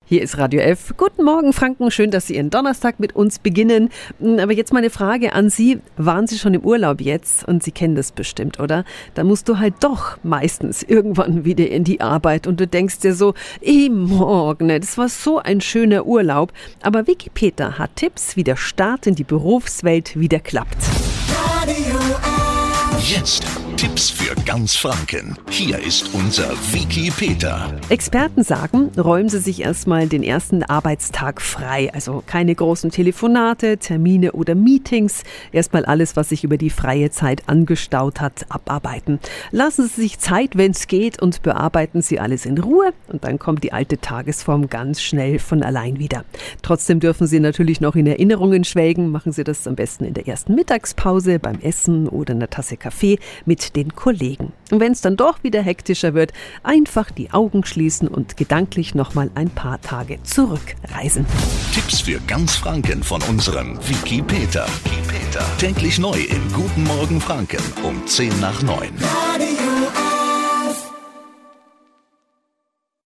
Hier ist Radio F. Guten Morgen, Franken. Schön, dass Sie Ihren Donnerstag mit uns beginnen. Aber jetzt mal eine Frage an Sie. Waren Sie schon im Urlaub jetzt? Und Sie kennen das bestimmt, oder? Da musst du halt doch meistens irgendwann wieder in die Arbeit. Und du denkst dir so, morgen, das war so ein schöner Urlaub. Aber Wikipedia hat Tipps, wie der Start in die Berufswelt wieder klappt. Radio F. Jetzt Tipps für ganz Franken. Hier ist unser Wikipedia. Experten sagen, räumen Sie sich erstmal den ersten Arbeitstag frei. Also keine großen Telefonate, Termine oder Meetings. Erstmal alles, was sich über die freie Zeit angestaut hat, abarbeiten. Lassen Sie sich Zeit, wenn es geht, und bearbeiten Sie alles in Ruhe. Und dann kommt die alte Tagesform ganz schnell von allein wieder. Trotzdem dürfen Sie natürlich noch in Erinnerungen schwelgen. Machen Sie das am besten in der ersten Mittagspause, beim Essen oder einer Tasse Kaffee mit den Kollegen. Und wenn es dann doch wieder hektischer wird, einfach die Augen schließen und gedanklich nochmal ein paar Tage zurückreisen. Tipps für ganz Franken von unserem Wikipedia. Täglich neu in Guten Morgen Franken um 10 nach 9.